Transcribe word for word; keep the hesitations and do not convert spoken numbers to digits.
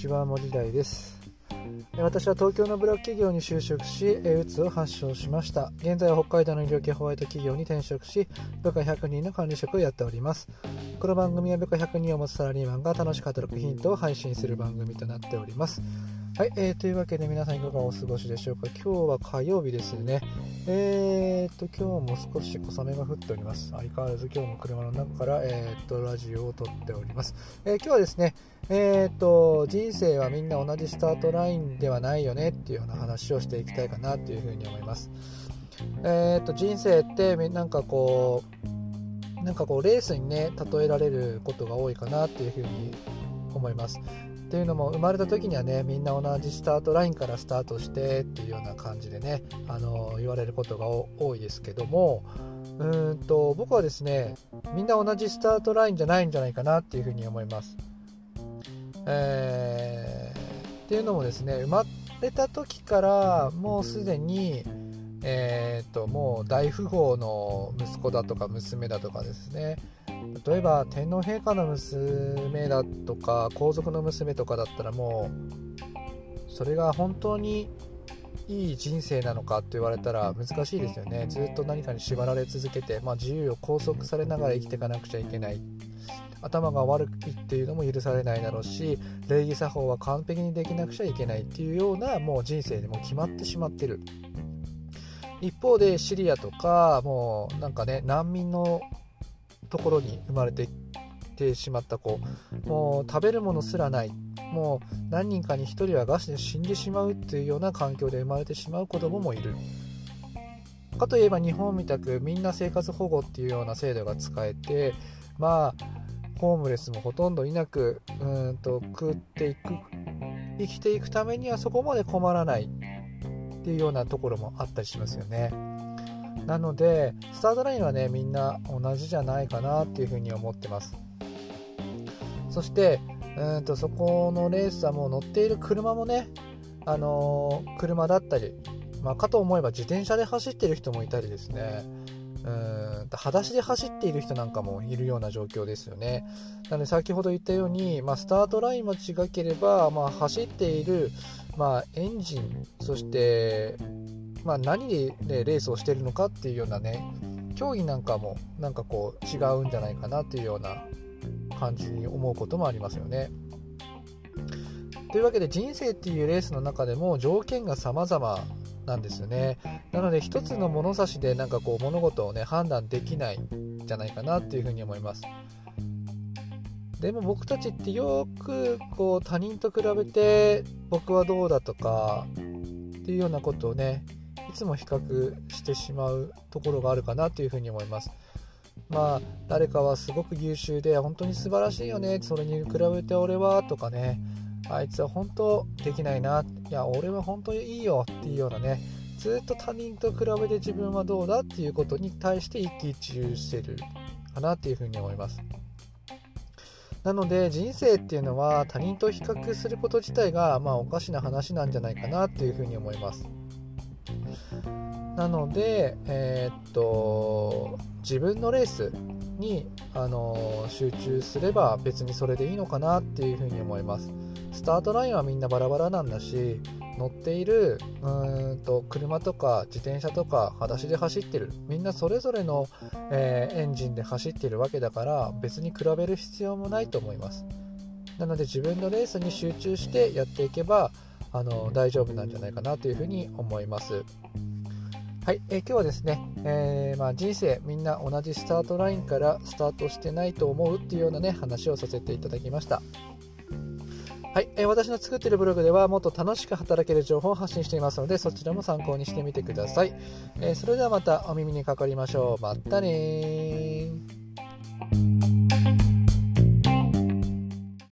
ちは、森大です。私は東京のブラック企業に就職し、うつを発症しました。現在は北海道の医療系ホワイト企業に転職し、部下ひゃくにんの管理職をやっております。この番組は部下ひゃくにんを持つサラリーマンが楽しく働くヒントを配信する番組となっております。はい、えー、というわけで皆さんいかがお過ごしでしょうか。今日は火曜日ですね。えーと今日も少し小雨が降っております。相変わらず今日も車の中から、えー、とラジオを撮っております。えー、今日はですね、えーと人生はみんな同じスタートラインではないよねっていうような話をしていきたいかなというふうに思います。えーと人生ってなんかこうなんかこうレースにね例えられることが多いかなっていうふうに思います。っていうのも生まれた時にはねみんな同じスタートラインからスタートしてっていうような感じでねあの言われることが多いですけども、うーんと僕はですねみんな同じスタートラインじゃないんじゃないかなっていうふうに思います。えー、っていうのもですね生まれた時からもうすでにえー、ともう大富豪の息子だとか娘だとかですね、例えば天皇陛下の娘だとか皇族の娘とかだったらもうそれが本当にいい人生なのかって言われたら難しいですよね。ずっと何かに縛られ続けて、まあ、自由を拘束されながら生きていかなくちゃいけない、頭が悪いっていうのも許されないだろうし、礼儀作法は完璧にできなくちゃいけないっていうようなもう人生でも決まってしまってる。一方でシリアとかもうなんかね難民のところに生まれてきてしまった子、もう食べるものすらない、もう何人かに一人は餓死で死んでしまうっていうような環境で生まれてしまう子供もいる。かといえば日本みたくみんな生活保護っていうような制度が使えて、まあホームレスもほとんどいなく、うーんと食っていく生きていくためにはそこまで困らないっていうようなところもあったりしますよね。なのでスタートラインはねみんな同じじゃないかなっていうふうに思ってます。そしてうーんとそこのレースはもう乗っている車もね、あのー、車だったり、まあ、かと思えば自転車で走っている人もいたりですね、うーんと裸足で走っている人なんかもいるような状況ですよね。なので先ほど言ったように、まあ、スタートラインも違ければ、まあ、走っている、まあ、エンジン、そしてまあ、何で、ね、レースをしているのかっていうようなね競技なんかもなんかこう違うんじゃないかなというような感じに思うこともありますよね。というわけで人生っていうレースの中でも条件が様々なんですよね。なので一つの物差しでなんかこう物事をね判断できないんじゃないかなっていうふうに思います。でも僕たちってよくこう他人と比べて僕はどうだとかっていうようなことをねいつも比較してしまうところがあるかなというふうに思います。まあ誰かはすごく優秀で本当に素晴らしいよね、それに比べて俺はとかね、あいつは本当できないな、いや俺は本当にいいよっていうようなね、ずっと他人と比べて自分はどうだっていうことに対して一喜一憂してるかなっていうふうに思います。なので人生っていうのは他人と比較すること自体がまあおかしな話なんじゃないかなっていうふうに思います。なので、えー、っと自分のレースに、あのー、集中すれば別にそれでいいのかなっていうふうに思います。スタートラインはみんなバラバラなんだし、乗っているうーんと車とか自転車とか裸足で走ってるみんなそれぞれの、えー、エンジンで走っているわけだから別に比べる必要もないと思います。なので自分のレースに集中してやっていけばあの大丈夫なんじゃないかなというふうに思います。はい、えー、今日はですね、えーまあ、人生みんな同じスタートラインからスタートしてないと思うっていうようなね話をさせていただきました。はい、えー、私の作っているブログではもっと楽しく働ける情報を発信していますのでそちらも参考にしてみてください。えー、それではまたお耳にかかりましょう。またねー。